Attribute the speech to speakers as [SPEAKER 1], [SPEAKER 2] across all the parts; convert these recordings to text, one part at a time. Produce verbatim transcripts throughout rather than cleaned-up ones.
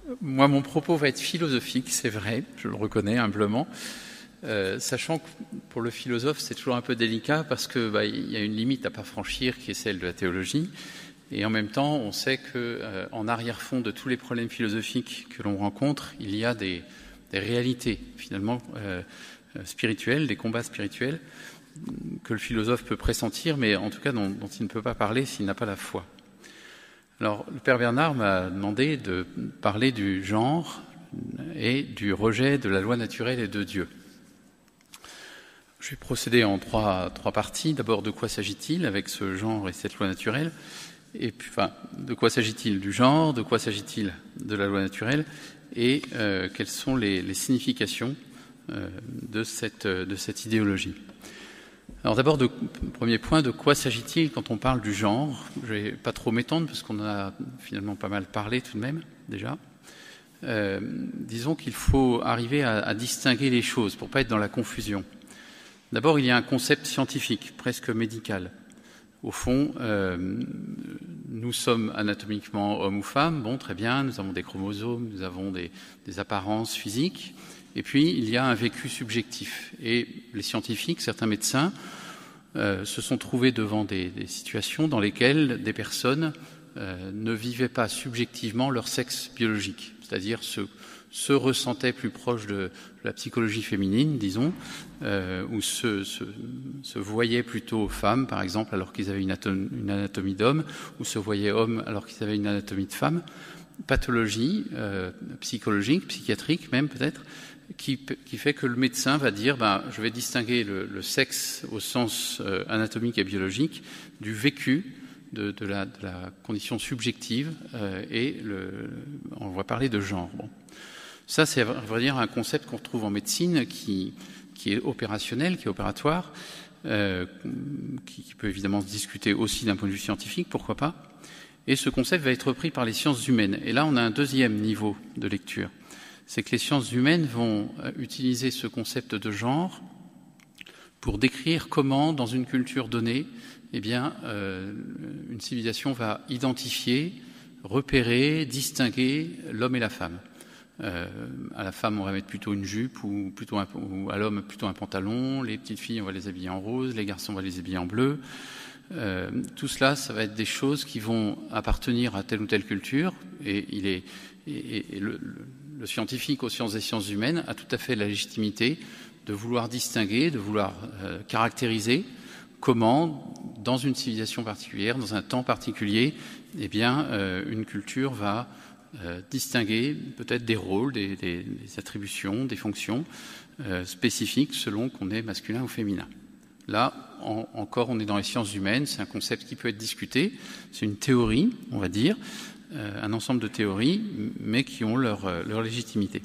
[SPEAKER 1] Moi, mon propos va être philosophique, c'est vrai, je le reconnais humblement, euh, sachant que pour le philosophe, c'est toujours un peu délicat parce que bah, il y a une limite à pas franchir qui est celle de la théologie. Et en même temps, on sait que euh, en arrière-fond de tous les problèmes philosophiques que l'on rencontre, il y a des, des réalités finalement euh, spirituelles, des combats spirituels que le philosophe peut pressentir, mais en tout cas dont, dont il ne peut pas parler s'il n'a pas la foi. Alors, le père Bernard m'a demandé de parler du genre et du rejet de la loi naturelle et de Dieu. Je vais procéder en trois, trois parties. D'abord, de quoi s'agit-il avec ce genre et cette loi naturelle ? Et puis, enfin, de quoi s'agit-il du genre ? De quoi s'agit-il de la loi naturelle ? Et euh, quelles sont les, les significations euh, de, cette, de cette idéologie ? Alors d'abord, de, premier point, de quoi s'agit-il quand on parle du genre ? Je ne vais pas trop m'étendre parce qu'on en a finalement pas mal parlé tout de même déjà. Euh, disons qu'il faut arriver à, à distinguer les choses pour ne pas être dans la confusion. D'abord, il y a un concept scientifique, presque médical. Au fond, euh, nous sommes anatomiquement hommes ou femmes, bon, très bien, nous avons des chromosomes, nous avons des, des apparences physiques. Et puis, il y a un vécu subjectif. Et les scientifiques, certains médecins, euh, se sont trouvés devant des, des situations dans lesquelles des personnes euh, ne vivaient pas subjectivement leur sexe biologique, c'est-à-dire se, se ressentaient plus proches de la psychologie féminine, disons, euh, ou se, se, se voyaient plutôt femmes, par exemple, alors qu'ils avaient une anatomie, une anatomie d'homme, ou se voyaient hommes alors qu'ils avaient une anatomie de femme. Pathologie euh, psychologique, psychiatrique même peut-être, Qui, qui fait que le médecin va dire ben, je vais distinguer le, le sexe au sens euh, anatomique et biologique du vécu de, de, la, de la condition subjective euh, et le, on va parler de genre. Bon. Ça, c'est à vrai dire un concept qu'on retrouve en médecine qui, qui est opérationnel, qui est opératoire, euh, qui, qui peut évidemment se discuter aussi d'un point de vue scientifique, pourquoi pas. Et ce concept va être repris par les sciences humaines. Et là, on a un deuxième niveau de lecture. C'est que les sciences humaines vont utiliser ce concept de genre pour décrire comment, dans une culture donnée, eh bien, euh, une civilisation va identifier, repérer, distinguer l'homme et la femme. Euh, à la femme, on va mettre plutôt une jupe, ou, plutôt un, ou à l'homme plutôt un pantalon. Les petites filles, on va les habiller en rose. Les garçons, on va les habiller en bleu. Euh, tout cela, ça va être des choses qui vont appartenir à telle ou telle culture. Et il est et, et le, le Le scientifique aux sciences des sciences humaines a tout à fait la légitimité de vouloir distinguer, de vouloir euh, caractériser comment, dans une civilisation particulière, dans un temps particulier, eh bien, euh, une culture va euh, distinguer peut-être des rôles, des, des, des attributions, des fonctions euh, spécifiques selon qu'on est masculin ou féminin. Là, en, encore, on est dans les sciences humaines, c'est un concept qui peut être discuté, c'est une théorie, on va dire, un ensemble de théories, mais qui ont leur, leur légitimité.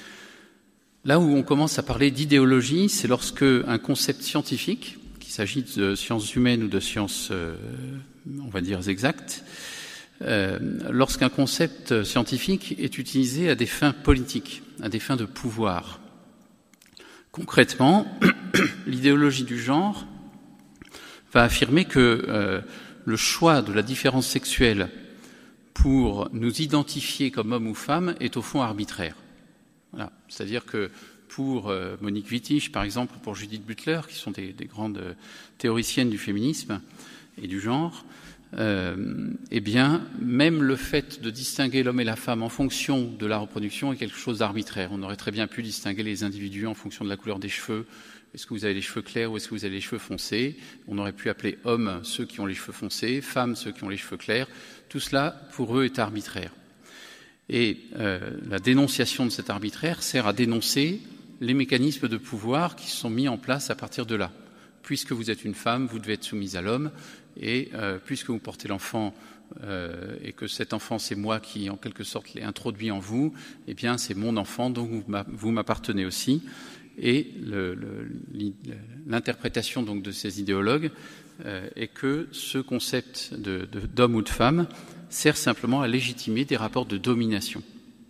[SPEAKER 1] Là où on commence à parler d'idéologie, c'est lorsque un concept scientifique, qu'il s'agit de sciences humaines ou de sciences, euh, on va dire, exactes, euh, lorsqu'un concept scientifique est utilisé à des fins politiques, à des fins de pouvoir. Concrètement, l'idéologie du genre va affirmer que euh, le choix de la différence sexuelle pour nous identifier comme homme ou femme est au fond arbitraire. Voilà. C'est-à-dire que pour euh, Monique Wittig, par exemple, ou pour Judith Butler, qui sont des, des grandes euh, théoriciennes du féminisme et du genre, euh, eh bien, même le fait de distinguer l'homme et la femme en fonction de la reproduction est quelque chose d'arbitraire. On aurait très bien pu distinguer les individus en fonction de la couleur des cheveux. Est-ce que vous avez les cheveux clairs ou est-ce que vous avez les cheveux foncés ? On aurait pu appeler hommes ceux qui ont les cheveux foncés, femmes ceux qui ont les cheveux clairs. Tout cela, pour eux, est arbitraire. Et euh, la dénonciation de cet arbitraire sert à dénoncer les mécanismes de pouvoir qui sont mis en place à partir de là. Puisque vous êtes une femme, vous devez être soumise à l'homme, et euh, puisque vous portez l'enfant euh, et que cet enfant, c'est moi qui, en quelque sorte, l'ai introduit en vous, eh bien, c'est mon enfant, donc vous m'appartenez aussi. Et le, le, l'interprétation donc de ces idéologues euh, est que ce concept de, de, d'homme ou de femme sert simplement à légitimer des rapports de domination.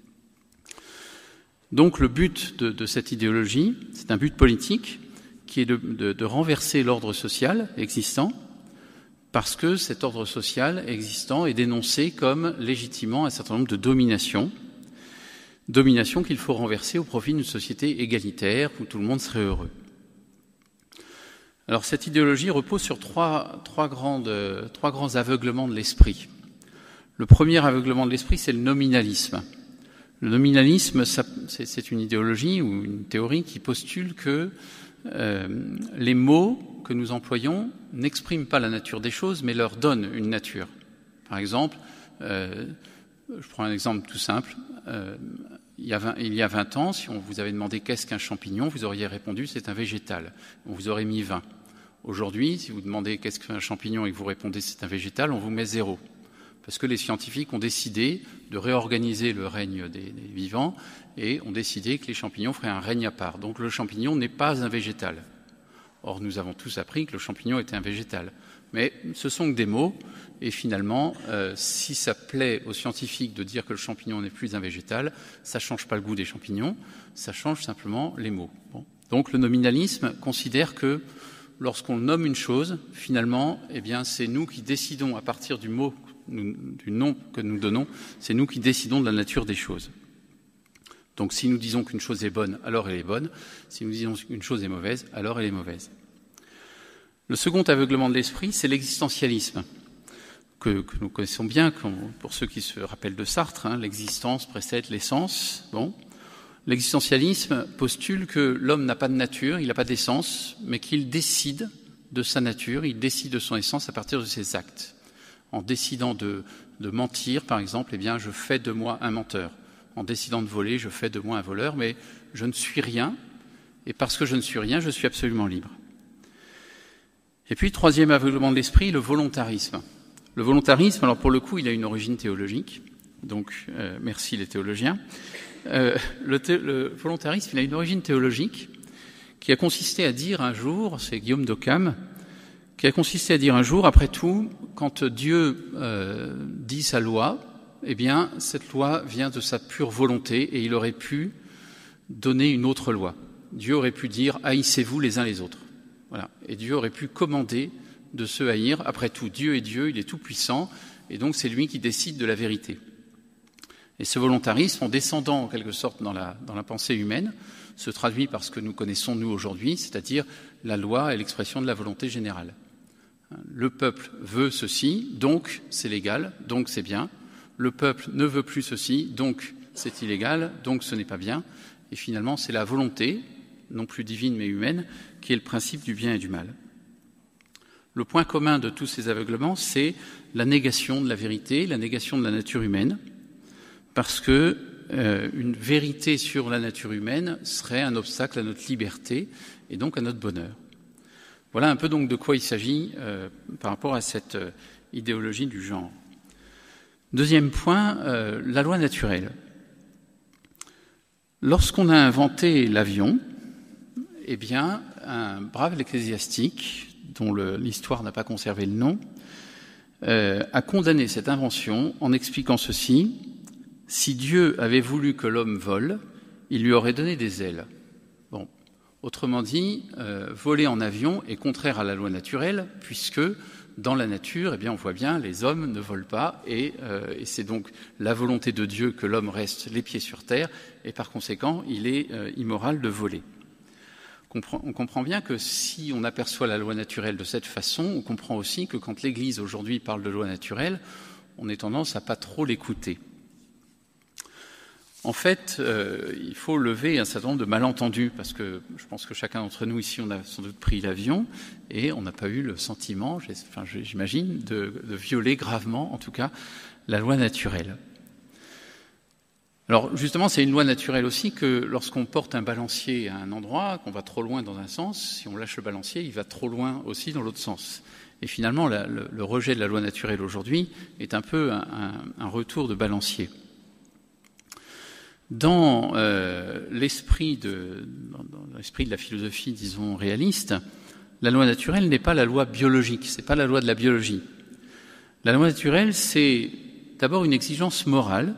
[SPEAKER 1] Donc le but de, de cette idéologie, c'est un but politique qui est de, de, de renverser l'ordre social existant, parce que cet ordre social existant est dénoncé comme légitimant un certain nombre de dominations. Domination qu'il faut renverser au profit d'une société égalitaire où tout le monde serait heureux. Alors cette idéologie repose sur trois, trois, grandes, trois grands aveuglements de l'esprit. Le premier aveuglement de l'esprit, c'est le nominalisme. Le nominalisme, ça, c'est, c'est une idéologie ou une théorie qui postule que euh, les mots que nous employons n'expriment pas la nature des choses, mais leur donnent une nature. Par exemple, euh, je prends un exemple tout simple. Euh, il, y a vingt, il y a vingt ans, si on vous avait demandé qu'est-ce qu'un champignon, vous auriez répondu c'est un végétal. On vous aurait mis vingt. Aujourd'hui, si vous demandez qu'est-ce qu'un champignon et que vous répondez c'est un végétal, on vous met zéro. Parce que les scientifiques ont décidé de réorganiser le règne des, des vivants et ont décidé que les champignons feraient un règne à part. Donc le champignon n'est pas un végétal. Or, nous avons tous appris que le champignon était un végétal. Mais ce sont que des mots, et finalement, euh, si ça plaît aux scientifiques de dire que le champignon n'est plus un végétal, ça ne change pas le goût des champignons, ça change simplement les mots. Bon. Donc le nominalisme considère que lorsqu'on nomme une chose, finalement, eh bien, c'est nous qui décidons à partir du mot, du nom que nous donnons, c'est nous qui décidons de la nature des choses. Donc si nous disons qu'une chose est bonne, alors elle est bonne. Si nous disons qu'une chose est mauvaise, alors elle est mauvaise. Le second aveuglement de l'esprit, c'est l'existentialisme, que, que nous connaissons bien, pour ceux qui se rappellent de Sartre, hein, l'existence précède l'essence. Bon. L'existentialisme postule que l'homme n'a pas de nature, il n'a pas d'essence, mais qu'il décide de sa nature, il décide de son essence à partir de ses actes. En décidant de, de mentir, par exemple, eh bien, je fais de moi un menteur. En décidant de voler, je fais de moi un voleur, mais je ne suis rien, et parce que je ne suis rien, je suis absolument libre. Et puis, troisième aveuglement de l'esprit, le volontarisme. Le volontarisme, alors pour le coup, il a une origine théologique, donc euh, merci les théologiens. Euh, le, thé- le volontarisme, il a une origine théologique qui a consisté à dire un jour, c'est Guillaume d'Occam, qui a consisté à dire un jour, après tout, quand Dieu euh, dit sa loi, eh bien, cette loi vient de sa pure volonté et il aurait pu donner une autre loi. Dieu aurait pu dire « haïssez-vous les uns les autres ». Voilà. Et Dieu aurait pu commander de se haïr. Après tout, Dieu est Dieu, il est tout-puissant, et donc c'est lui qui décide de la vérité. Et ce volontarisme, en descendant en quelque sorte dans la, dans la pensée humaine, se traduit par ce que nous connaissons nous aujourd'hui, c'est-à-dire la loi est l'expression de la volonté générale. Le peuple veut ceci, donc c'est légal, donc c'est bien. Le peuple ne veut plus ceci, donc c'est illégal, donc ce n'est pas bien. Et finalement, c'est la volonté, non plus divine mais humaine, qui est le principe du bien et du mal. Le point commun de tous ces aveuglements, c'est la négation de la vérité, la négation de la nature humaine, parce que euh, une vérité sur la nature humaine serait un obstacle à notre liberté et donc à notre bonheur. Voilà un peu donc de quoi il s'agit euh, par rapport à cette euh, idéologie du genre. Deuxième point, euh, la loi naturelle. Lorsqu'on a inventé l'avion, eh bien, un brave ecclésiastique, dont le, l'histoire n'a pas conservé le nom, euh, a condamné cette invention en expliquant ceci: si Dieu avait voulu que l'homme vole, il lui aurait donné des ailes. Bon, autrement dit, euh, voler en avion est contraire à la loi naturelle, puisque dans la nature, eh bien, on voit bien, les hommes ne volent pas, et, euh, et c'est donc la volonté de Dieu que l'homme reste les pieds sur terre, et par conséquent, il est euh, immoral de voler. On comprend, on comprend bien que si on aperçoit la loi naturelle de cette façon, on comprend aussi que quand l'Église aujourd'hui parle de loi naturelle, on a tendance à pas trop l'écouter. En fait, euh, il faut lever un certain nombre de malentendus, parce que je pense que chacun d'entre nous ici, on a sans doute pris l'avion, et on n'a pas eu le sentiment, enfin, j'imagine, de, de violer gravement, en tout cas, la loi naturelle. Alors, justement, c'est une loi naturelle aussi que lorsqu'on porte un balancier à un endroit, qu'on va trop loin dans un sens, si on lâche le balancier, il va trop loin aussi dans l'autre sens. Et finalement, la, le, le rejet de la loi naturelle aujourd'hui est un peu un, un, un retour de balancier. Dans, euh, l'esprit de, dans, dans l'esprit de la philosophie, disons, réaliste, la loi naturelle n'est pas la loi biologique, c'est pas la loi de la biologie. La loi naturelle, c'est d'abord une exigence morale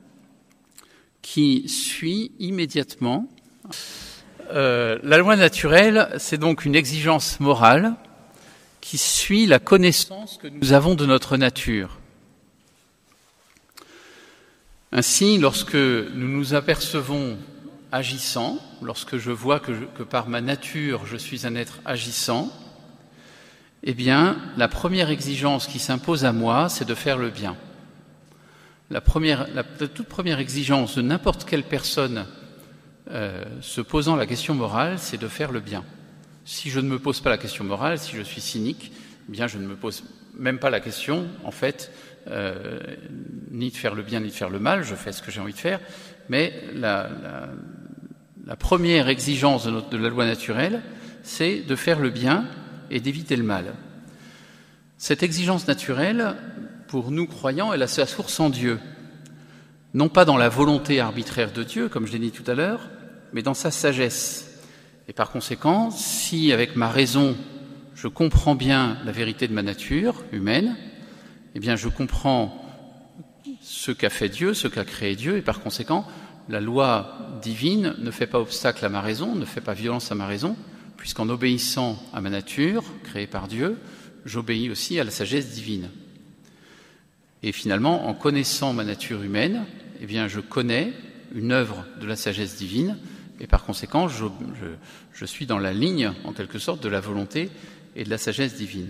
[SPEAKER 1] qui suit immédiatement. Euh, la loi naturelle, c'est donc une exigence morale qui suit la connaissance que nous avons de notre nature. Ainsi, lorsque nous nous apercevons agissant, lorsque je vois que, je, que par ma nature je suis un être agissant, eh bien, la première exigence qui s'impose à moi, c'est de faire le bien. La, première, la, la toute première exigence de n'importe quelle personne euh, se posant la question morale, c'est de faire le bien. Si je ne me pose pas la question morale, si je suis cynique, eh bien, je ne me pose même pas la question, en fait, euh, ni de faire le bien ni de faire le mal, je fais ce que j'ai envie de faire, mais la, la, la première exigence de, notre, de la loi naturelle, c'est de faire le bien et d'éviter le mal. Cette exigence naturelle, pour nous croyants, elle a sa source en Dieu, non pas dans la volonté arbitraire de Dieu, comme je l'ai dit tout à l'heure, mais dans sa sagesse. Et par conséquent, si avec ma raison, je comprends bien la vérité de ma nature humaine, eh bien je comprends ce qu'a fait Dieu, ce qu'a créé Dieu, et par conséquent, la loi divine ne fait pas obstacle à ma raison, ne fait pas violence à ma raison, puisqu'en obéissant à ma nature, créée par Dieu, j'obéis aussi à la sagesse divine. Et finalement, en connaissant ma nature humaine, eh bien je connais une œuvre de la sagesse divine, et par conséquent, je, je, je suis dans la ligne, en quelque sorte, de la volonté et de la sagesse divine.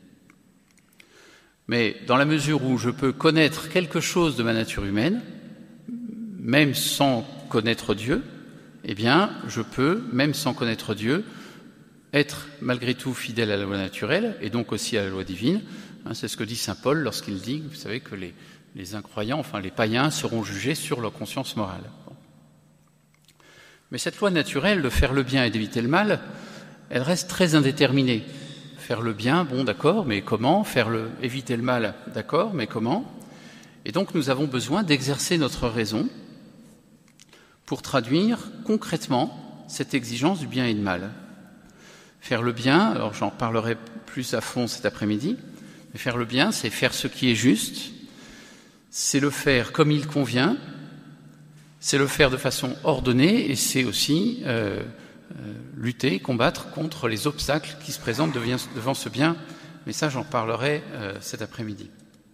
[SPEAKER 1] Mais dans la mesure où je peux connaître quelque chose de ma nature humaine, même sans connaître Dieu, eh bien, je peux, même sans connaître Dieu, être malgré tout fidèle à la loi naturelle et donc aussi à la loi divine. Hein, c'est ce que dit saint Paul lorsqu'il dit, vous savez, que les, les incroyants, enfin les païens, seront jugés sur leur conscience morale. Bon. Mais cette loi naturelle de faire le bien et d'éviter le mal, elle reste très indéterminée. Faire le bien, bon, d'accord, mais comment ? Faire le, éviter le mal, d'accord, mais comment ? Et donc nous avons besoin d'exercer notre raison pour traduire concrètement cette exigence du bien et du mal. Faire le bien, alors j'en parlerai plus à fond cet après-midi, mais faire le bien, c'est faire ce qui est juste, c'est le faire comme il convient, c'est le faire de façon ordonnée et c'est aussi euh, euh, lutter, combattre contre les obstacles qui se présentent devant ce bien, mais ça j'en parlerai euh, cet après-midi.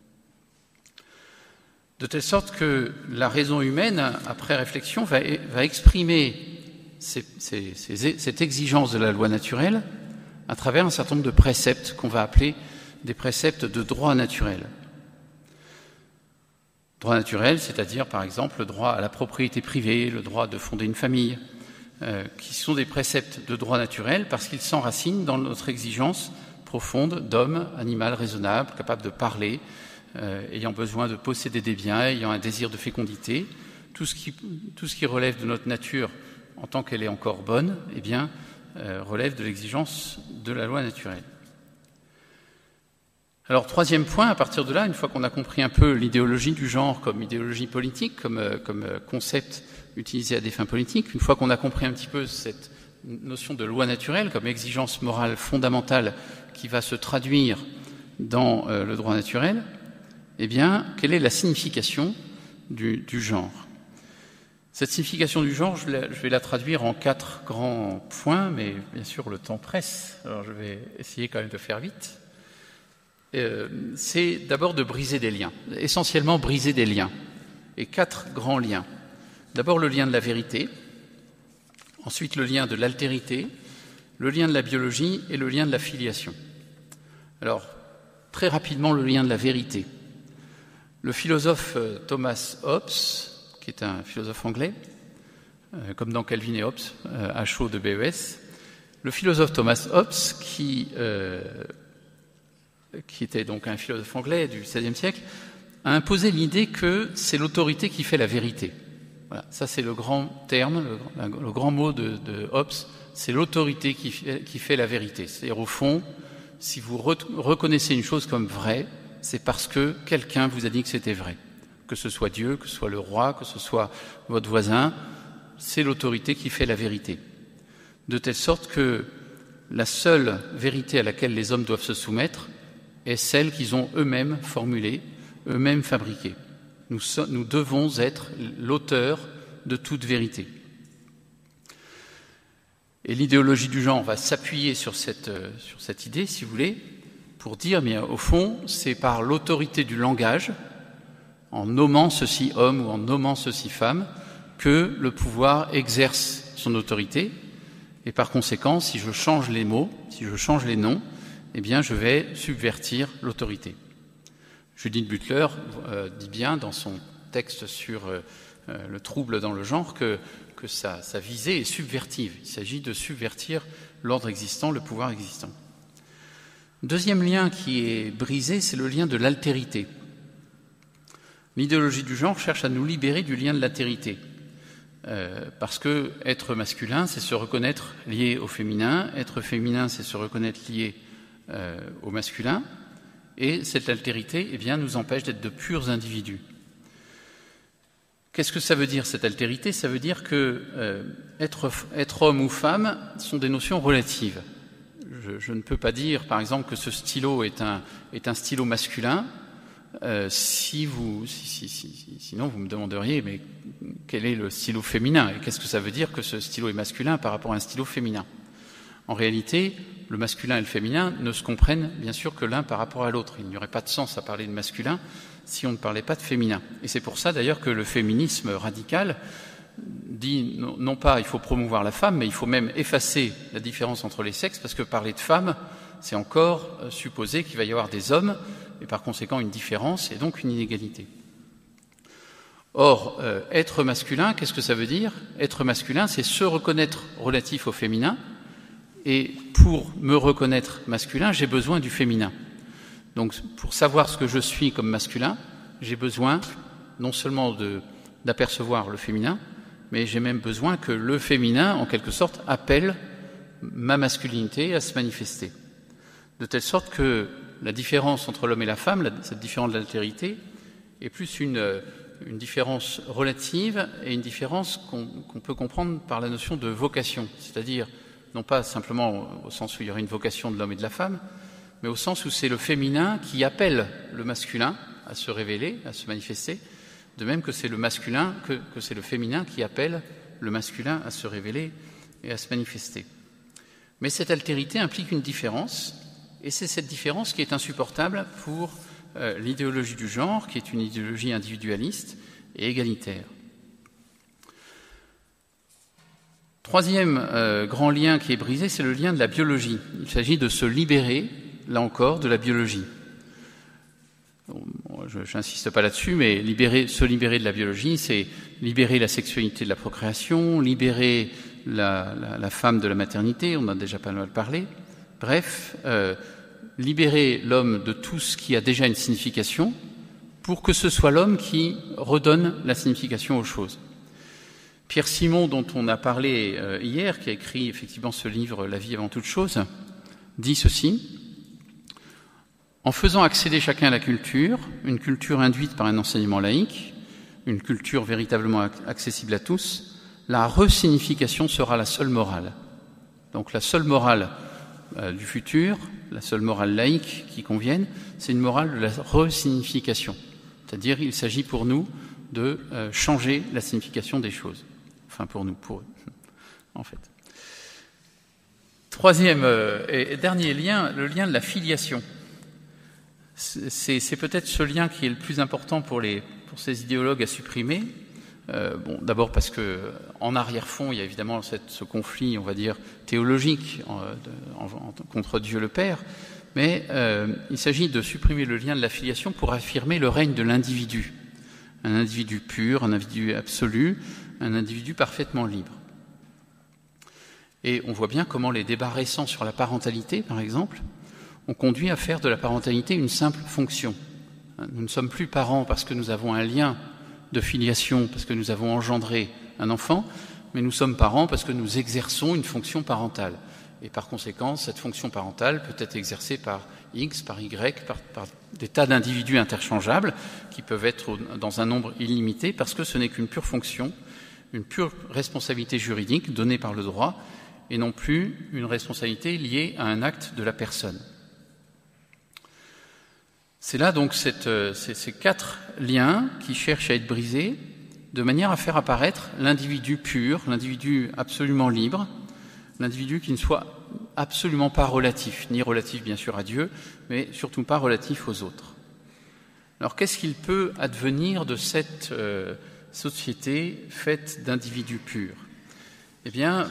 [SPEAKER 1] De telle sorte que la raison humaine, après réflexion, va, va exprimer ces, ces, ces, cette exigence de la loi naturelle à travers un certain nombre de préceptes qu'on va appeler des préceptes de droit naturel. Droit naturel, c'est-à-dire par exemple le droit à la propriété privée, le droit de fonder une famille, euh, qui sont des préceptes de droit naturel parce qu'ils s'enracinent dans notre exigence profonde d'homme, animal raisonnable, capable de parler, euh, ayant besoin de posséder des biens, ayant un désir de fécondité. Tout ce qui, tout ce qui relève de notre nature en tant qu'elle est encore bonne, eh bien, euh, relève de l'exigence de la loi naturelle. Alors, troisième point, à partir de là, une fois qu'on a compris un peu l'idéologie du genre comme idéologie politique, comme, euh, comme euh, concept utilisé à des fins politiques, une fois qu'on a compris un petit peu cette notion de loi naturelle comme exigence morale fondamentale qui va se traduire dans euh, le droit naturel, eh bien, quelle est la signification du, du genre ? Cette signification du genre, je, la, je vais la traduire en quatre grands points, mais bien sûr le temps presse, alors je vais essayer quand même de faire vite. Euh, c'est d'abord de briser des liens, essentiellement briser des liens, et quatre grands liens. D'abord le lien de la vérité, ensuite le lien de l'altérité, le lien de la biologie et le lien de la filiation. Alors, très rapidement, le lien de la vérité. Le philosophe Thomas Hobbes, qui est un philosophe anglais, euh, comme dans Calvin et Hobbes, euh, H O de B E S, le philosophe Thomas Hobbes, qui, euh, qui était donc un philosophe anglais du seizième siècle, a imposé l'idée que c'est l'autorité qui fait la vérité. Voilà, ça c'est le grand terme, le, le grand mot de, de Hobbes, c'est l'autorité qui fait, qui fait la vérité. C'est-à-dire au fond, si vous re, reconnaissez une chose comme vraie, c'est parce que quelqu'un vous a dit que c'était vrai. Que ce soit Dieu, que ce soit le roi, que ce soit votre voisin, c'est l'autorité qui fait la vérité. De telle sorte que la seule vérité à laquelle les hommes doivent se soumettre est celle qu'ils ont eux-mêmes formulée, eux-mêmes fabriquée. Nous, so- nous devons être l'auteur de toute vérité. Et l'idéologie du genre va s'appuyer sur cette, euh, sur cette idée, si vous voulez, pour dire, mais au fond, c'est par l'autorité du langage, en nommant ceci homme ou en nommant ceci femme, que le pouvoir exerce son autorité. Et par conséquent, si je change les mots, si je change les noms, eh bien, je vais subvertir l'autorité. Judith Butler euh, dit bien dans son texte sur euh, le trouble dans le genre que, que sa, sa visée est subvertive. Il s'agit de subvertir l'ordre existant, le pouvoir existant. Deuxième lien qui est brisé, c'est le lien de l'altérité. L'idéologie du genre cherche à nous libérer du lien de l'altérité. Euh, parce que être masculin, c'est se reconnaître lié au féminin, être féminin, c'est se reconnaître lié euh, au masculin, et cette altérité, eh bien, nous empêche d'être de purs individus. Qu'est-ce que ça veut dire, cette altérité? Ça veut dire que euh, être, être homme ou femme sont des notions relatives. Je, je ne peux pas dire, par exemple, que ce stylo est un, est un stylo masculin, euh, si vous, si, si, si, sinon vous me demanderiez, mais quel est le stylo féminin? Et qu'est-ce que ça veut dire que ce stylo est masculin par rapport à un stylo féminin? En réalité, le masculin et le féminin ne se comprennent bien sûr que l'un par rapport à l'autre. Il n'y aurait pas de sens à parler de masculin si on ne parlait pas de féminin. Et c'est pour ça d'ailleurs que le féminisme radical dit non, non pas il faut promouvoir la femme, mais il faut même effacer la différence entre les sexes, parce que parler de femme, c'est encore euh, supposer qu'il va y avoir des hommes, et par conséquent une différence, et donc une inégalité. Or, euh, être masculin, qu'est-ce que ça veut dire? Être masculin, c'est se reconnaître relatif au féminin, et pour me reconnaître masculin, j'ai besoin du féminin. Donc, pour savoir ce que je suis comme masculin, j'ai besoin non seulement de, d'apercevoir le féminin, mais j'ai même besoin que le féminin, en quelque sorte, appelle ma masculinité à se manifester. De telle sorte que la différence entre l'homme et la femme, la, cette différence de l'altérité, est plus une, une différence relative et une différence qu'on, qu'on peut comprendre par la notion de vocation, c'est-à-dire non pas simplement au sens où il y aurait une vocation de l'homme et de la femme, mais au sens où c'est le féminin qui appelle le masculin à se révéler, à se manifester, de même que c'est le masculin, que, que c'est le féminin qui appelle le masculin à se révéler et à se manifester. Mais cette altérité implique une différence, et c'est cette différence qui est insupportable pour euh, l'idéologie du genre, qui est une idéologie individualiste et égalitaire. Troisième euh, grand lien qui est brisé, c'est le lien de la biologie. Il s'agit de se libérer, là encore, de la biologie. Bon, je n'insiste pas là-dessus, mais libérer, se libérer de la biologie, c'est libérer la sexualité de la procréation, libérer la, la, la femme de la maternité, on en a déjà pas mal parlé. Bref, euh, libérer l'homme de tout ce qui a déjà une signification pour que ce soit l'homme qui redonne la signification aux choses. Pierre Simon, dont on a parlé euh, hier, qui a écrit effectivement ce livre « La vie avant toute chose », dit ceci: en faisant accéder chacun à la culture, une culture induite par un enseignement laïque, une culture véritablement accessible à tous, la resignification sera la seule morale. Donc la seule morale euh, du futur, la seule morale laïque qui convienne, c'est une morale de la resignification. C'est-à-dire il s'agit pour nous de euh, changer la signification des choses. Enfin pour nous, pour eux, en fait. Troisième euh, et dernier lien, le lien de la filiation. C'est, c'est peut-être ce lien qui est le plus important pour, les, pour ces idéologues à supprimer. Euh, bon, d'abord parce que en arrière-fond, il y a évidemment cette, ce conflit, on va dire, théologique en, de, en, en, contre Dieu le Père, mais euh, il s'agit de supprimer le lien de la filiation pour affirmer le règne de l'individu. Un individu pur, un individu absolu, un individu parfaitement libre. Et on voit bien comment les débats récents sur la parentalité, par exemple, ont conduit à faire de la parentalité une simple fonction. Nous ne sommes plus parents parce que nous avons un lien de filiation, parce que nous avons engendré un enfant, mais nous sommes parents parce que nous exerçons une fonction parentale. Et par conséquent, cette fonction parentale peut être exercée par X, par Y, par, par des tas d'individus interchangeables qui peuvent être dans un nombre illimité parce que ce n'est qu'une pure fonction, une pure responsabilité juridique donnée par le droit et non plus une responsabilité liée à un acte de la personne. C'est là donc cette, ces, ces quatre liens qui cherchent à être brisés de manière à faire apparaître l'individu pur, l'individu absolument libre, l'individu qui ne soit absolument pas relatif, ni relatif bien sûr à Dieu, mais surtout pas relatif aux autres. Alors qu'est-ce qu'il peut advenir de cette euh, société faite d'individus purs? Eh bien,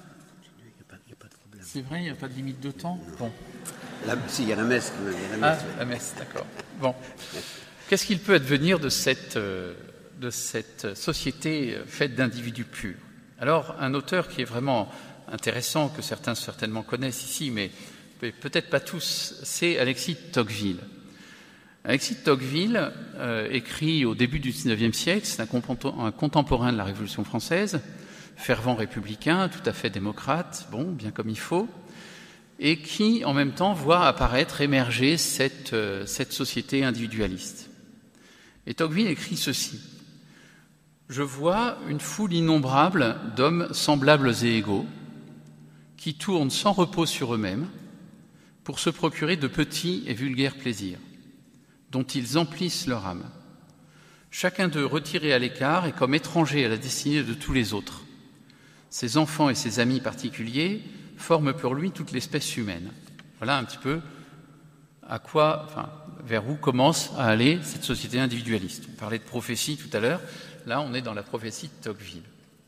[SPEAKER 1] c'est vrai, il n'y a pas de limite de temps. Bon.
[SPEAKER 2] La, si, il y a la messe. Il y a la messe,
[SPEAKER 1] ah,
[SPEAKER 2] oui.
[SPEAKER 1] la messe, d'accord. Bon. Qu'est-ce qu'il peut advenir de cette, euh, de cette société faite d'individus purs? Alors, un auteur qui est vraiment intéressant, que certains certainement connaissent ici, mais peut-être pas tous, c'est Alexis de Tocqueville. Alexis de Tocqueville euh, écrit au début du dix-neuvième siècle, c'est un, un contemporain de la Révolution française, fervent républicain, tout à fait démocrate, bon, bien comme il faut, et qui, en même temps, voit apparaître, émerger cette, euh, cette société individualiste. Et Tocqueville écrit ceci: « Je vois une foule innombrable d'hommes semblables et égaux, qui tournent sans repos sur eux-mêmes pour se procurer de petits et vulgaires plaisirs, dont ils emplissent leur âme. Chacun d'eux retiré à l'écart est comme étranger à la destinée de tous les autres. Ses enfants et ses amis particuliers forment pour lui toute l'espèce humaine. » Voilà un petit peu à quoi, enfin, vers où commence à aller cette société individualiste. On parlait de prophétie tout à l'heure, là on est dans la prophétie de Tocqueville.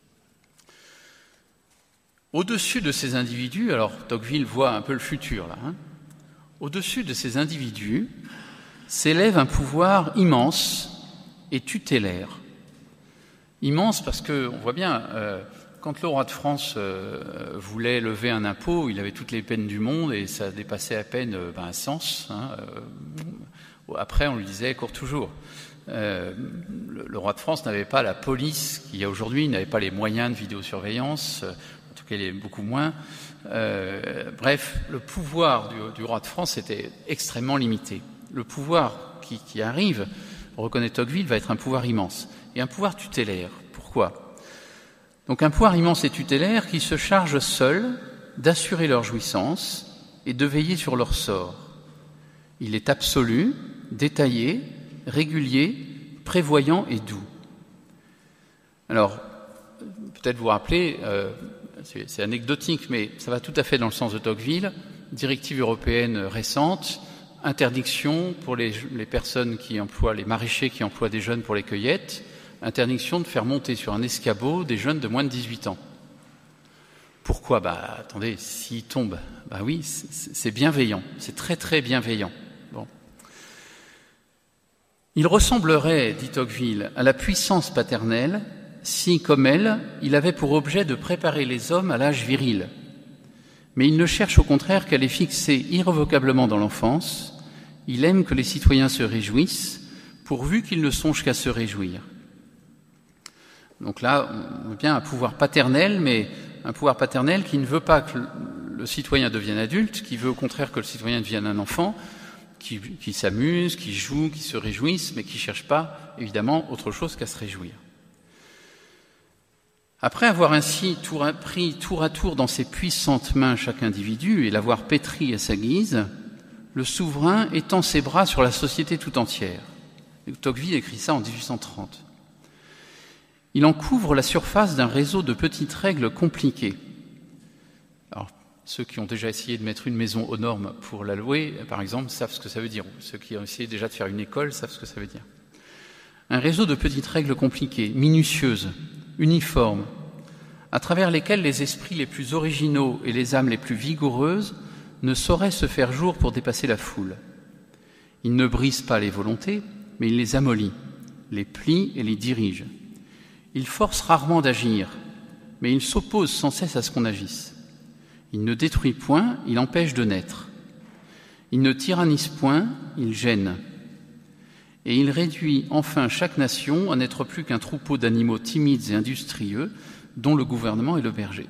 [SPEAKER 1] Au-dessus de ces individus, alors Tocqueville voit un peu le futur là, hein, au-dessus de ces individus s'élève un pouvoir immense et tutélaire. Immense parce qu'on voit bien, euh, quand le roi de France euh, voulait lever un impôt, il avait toutes les peines du monde et ça dépassait à peine euh, ben, un sens. Hein, euh, après, on lui disait « cours toujours ». Euh, le, le roi de France n'avait pas la police qu'il y a aujourd'hui, il n'avait pas les moyens de vidéosurveillance, euh, en tout cas il est beaucoup moins. Euh, bref, le pouvoir du, du roi de France était extrêmement limité. Le pouvoir qui, qui arrive, reconnaît Tocqueville, va être un pouvoir immense. Et un pouvoir tutélaire. Pourquoi ? Donc un pouvoir immense et tutélaire qui se charge seul d'assurer leur jouissance et de veiller sur leur sort. Il est absolu, détaillé, régulier, prévoyant et doux. Alors, peut-être vous rappeler, euh, c'est, c'est anecdotique, mais ça va tout à fait dans le sens de Tocqueville, directive européenne récente, interdiction pour les, les personnes qui emploient, les maraîchers qui emploient des jeunes pour les cueillettes, interdiction de faire monter sur un escabeau des jeunes de moins de dix-huit ans. Pourquoi ? Bah, attendez, s'ils tombent, bah oui, c'est, c'est bienveillant, c'est très très bienveillant. Bon. Il ressemblerait, dit Tocqueville, à la puissance paternelle si, comme elle, il avait pour objet de préparer les hommes à l'âge viril. Mais il ne cherche au contraire qu'à les fixer irrévocablement dans l'enfance. Il aime que les citoyens se réjouissent, pourvu qu'ils ne songent qu'à se réjouir. Donc là, on voit bien un pouvoir paternel, mais un pouvoir paternel qui ne veut pas que le citoyen devienne adulte, qui veut au contraire que le citoyen devienne un enfant, qui, qui s'amuse, qui joue, qui se réjouisse, mais qui ne cherche pas, évidemment, autre chose qu'à se réjouir. Après avoir ainsi tour à, pris tour à tour dans ses puissantes mains chaque individu et l'avoir pétri à sa guise, le souverain étend ses bras sur la société tout entière. Et Tocqueville écrit ça en dix-huit cent trente. Il en couvre la surface d'un réseau de petites règles compliquées. Alors, ceux qui ont déjà essayé de mettre une maison aux normes pour la louer, par exemple, savent ce que ça veut dire. Ceux qui ont essayé déjà de faire une école savent ce que ça veut dire. Un réseau de petites règles compliquées, minutieuses, uniformes, à travers lesquelles les esprits les plus originaux et les âmes les plus vigoureuses ne sauraient se faire jour pour dépasser la foule. Il ne brise pas les volontés, mais il les amollit, les plie et les dirige. Il force rarement d'agir, mais il s'oppose sans cesse à ce qu'on agisse. Il ne détruit point, il empêche de naître. Il ne tyrannise point, il gêne. Et il réduit enfin chaque nation à n'être plus qu'un troupeau d'animaux timides et industrieux dont le gouvernement est le berger.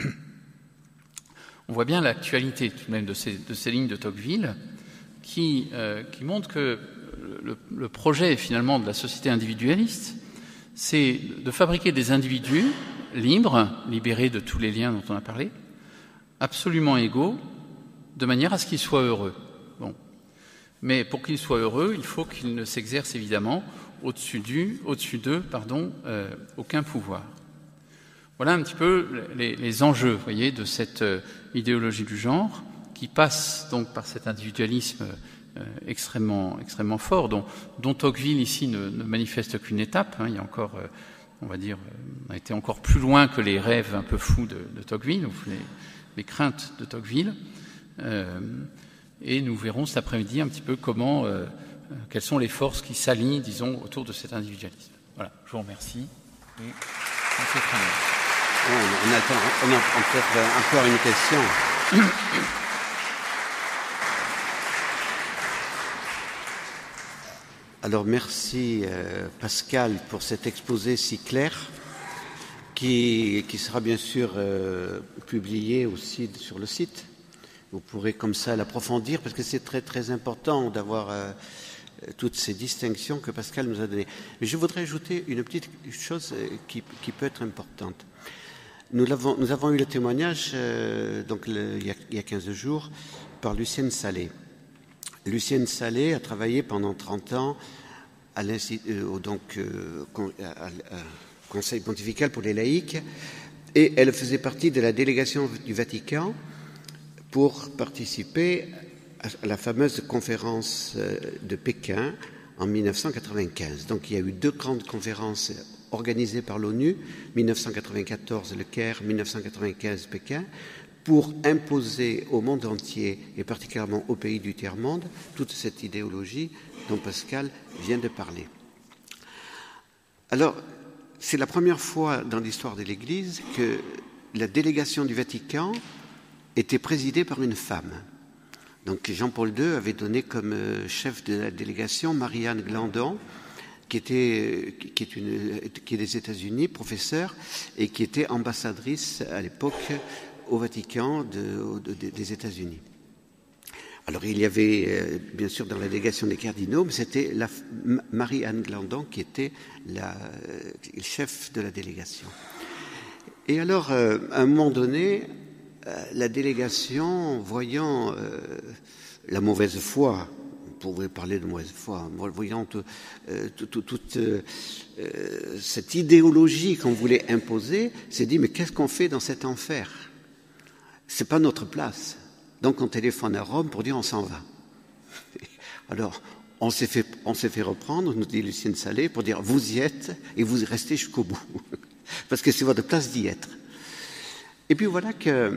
[SPEAKER 1] On voit bien l'actualité tout de même de ces, de ces lignes de Tocqueville qui, euh, qui montrent que le, le projet finalement de la société individualiste, c'est de fabriquer des individus libres, libérés de tous les liens dont on a parlé, absolument égaux, de manière à ce qu'ils soient heureux. Bon. Mais pour qu'ils soient heureux, il faut qu'ils ne s'exercent évidemment au-dessus d'eux, au-dessus d'eux, pardon, euh, aucun pouvoir. Voilà un petit peu les, les enjeux, vous voyez, de cette euh, idéologie du genre qui passe donc par cet individualisme euh, extrêmement, extrêmement forts, dont, dont Tocqueville ici ne, ne manifeste qu'une étape. Hein, il y a encore, euh, on va dire, euh, on a été encore plus loin que les rêves un peu fous de, de Tocqueville, ou les, les craintes de Tocqueville. Euh, et nous verrons cet après-midi un petit peu comment, euh, quelles sont les forces qui s'alignent, disons, autour de cet individualisme. Voilà, je vous remercie. Et on fait très bien.
[SPEAKER 2] On a, on a, on a peut-être encore une question. Alors merci euh, Pascal pour cet exposé si clair qui, qui sera bien sûr euh, publié aussi sur le site. Vous pourrez comme ça l'approfondir parce que c'est très très important d'avoir euh, toutes ces distinctions que Pascal nous a données. Mais je voudrais ajouter une petite chose qui, qui peut être importante. Nous avons, nous avons eu le témoignage euh, donc le, il, y a, il y a quinze jours par Lucienne Salé. Lucienne Salé a travaillé pendant trente ans à euh, donc, euh, à, à, à, Conseil pontifical pour les laïcs et elle faisait partie de la délégation du Vatican pour participer à la fameuse conférence de Pékin en mille neuf cent quatre-vingt-quinze. Donc il y a eu deux grandes conférences organisées par l'ONU, mille neuf cent quatre-vingt-quatorze le Caire, mille neuf cent quatre-vingt-quinze Pékin, pour imposer au monde entier, et particulièrement aux pays du tiers-monde, toute cette idéologie dont Pascal vient de parler. Alors, c'est la première fois dans l'histoire de l'Église que la délégation du Vatican était présidée par une femme. Donc Jean-Paul deux avait donné comme chef de la délégation Marie-Anne Glandon, qui était qui est une qui est des États-Unis, professeure et qui était ambassadrice à l'époque au Vatican de, de, de, des États-Unis. Alors il y avait euh, bien sûr dans la délégation des cardinaux, mais c'était la, Marie-Anne Glandon qui était la, euh, le chef de la délégation. Et alors euh, à un moment donné, euh, la délégation, voyant euh, la mauvaise foi, on pourrait parler de mauvaise foi, voyant tout, euh, tout, tout, toute euh, cette idéologie qu'on voulait imposer, s'est dit mais qu'est-ce qu'on fait dans cet enfer? C'est pas notre place. Donc on téléphone à Rome pour dire on s'en va. Alors on s'est fait, on s'est fait reprendre, nous dit Lucienne Salé, pour dire vous y êtes et vous y restez jusqu'au bout, parce que c'est votre place d'y être. Et puis voilà que euh,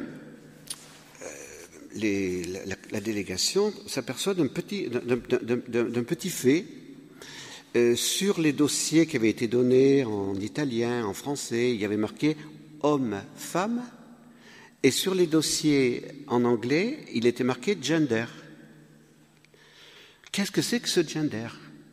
[SPEAKER 2] les, la, la délégation s'aperçoit d'un petit, d'un, d'un, d'un, d'un petit fait euh, sur les dossiers qui avaient été donnés en italien, en français. Il y avait marqué homme, femme. Et sur les dossiers en anglais, il était marqué gender. Qu'est-ce que c'est que ce gender?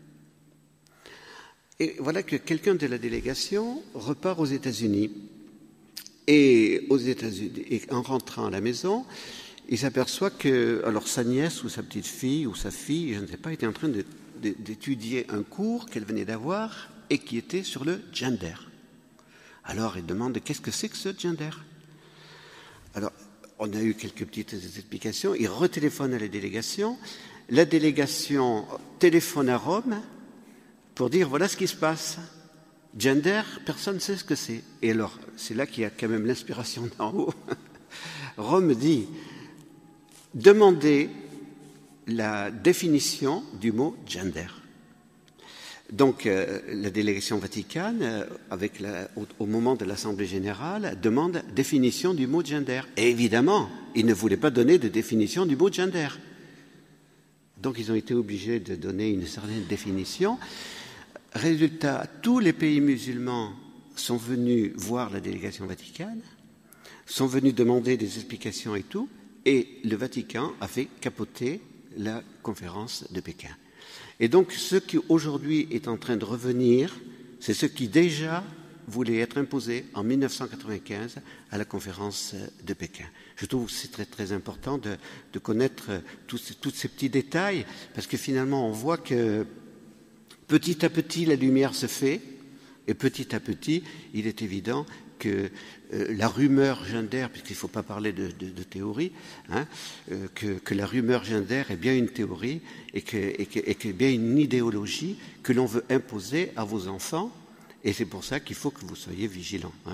[SPEAKER 2] Et voilà que quelqu'un de la délégation repart aux États-Unis. Et aux États-Unis, et en rentrant à la maison, il s'aperçoit que, alors sa nièce ou sa petite fille ou sa fille, je ne sais pas, était en train de, de, d'étudier un cours qu'elle venait d'avoir et qui était sur le gender. Alors il demande qu'est-ce que c'est que ce gender? Alors, on a eu quelques petites explications. Il retéléphone à la délégation. La délégation téléphone à Rome pour dire voilà ce qui se passe. Gender, personne ne sait ce que c'est. Et alors, c'est là qu'il y a quand même l'inspiration d'en haut. Rome dit demandez la définition du mot gender. Donc, euh, la délégation vaticane, euh, avec la, au, au moment de l'Assemblée générale, demande définition du mot gender. Et évidemment, ils ne voulaient pas donner de définition du mot gender. Donc, ils ont été obligés de donner une certaine définition. Résultat, tous les pays musulmans sont venus voir la délégation vaticane, sont venus demander des explications et tout, et le Vatican a fait capoter la conférence de Pékin. Et donc, ce qui aujourd'hui est en train de revenir, c'est ce qui déjà voulait être imposé en mille neuf cent quatre-vingt-quinze à la conférence de Pékin. Je trouve que c'est très très important de, de connaître tous, tous ces petits détails, parce que finalement, on voit que petit à petit, la lumière se fait, et petit à petit, il est évident que euh, la rumeur gender, puisqu'il ne faut pas parler de, de, de théorie, hein, euh, que, que la rumeur gender est bien une théorie et que, et que, et que bien une idéologie que l'on veut imposer à vos enfants, et c'est pour ça qu'il faut que vous soyez vigilants. Hein.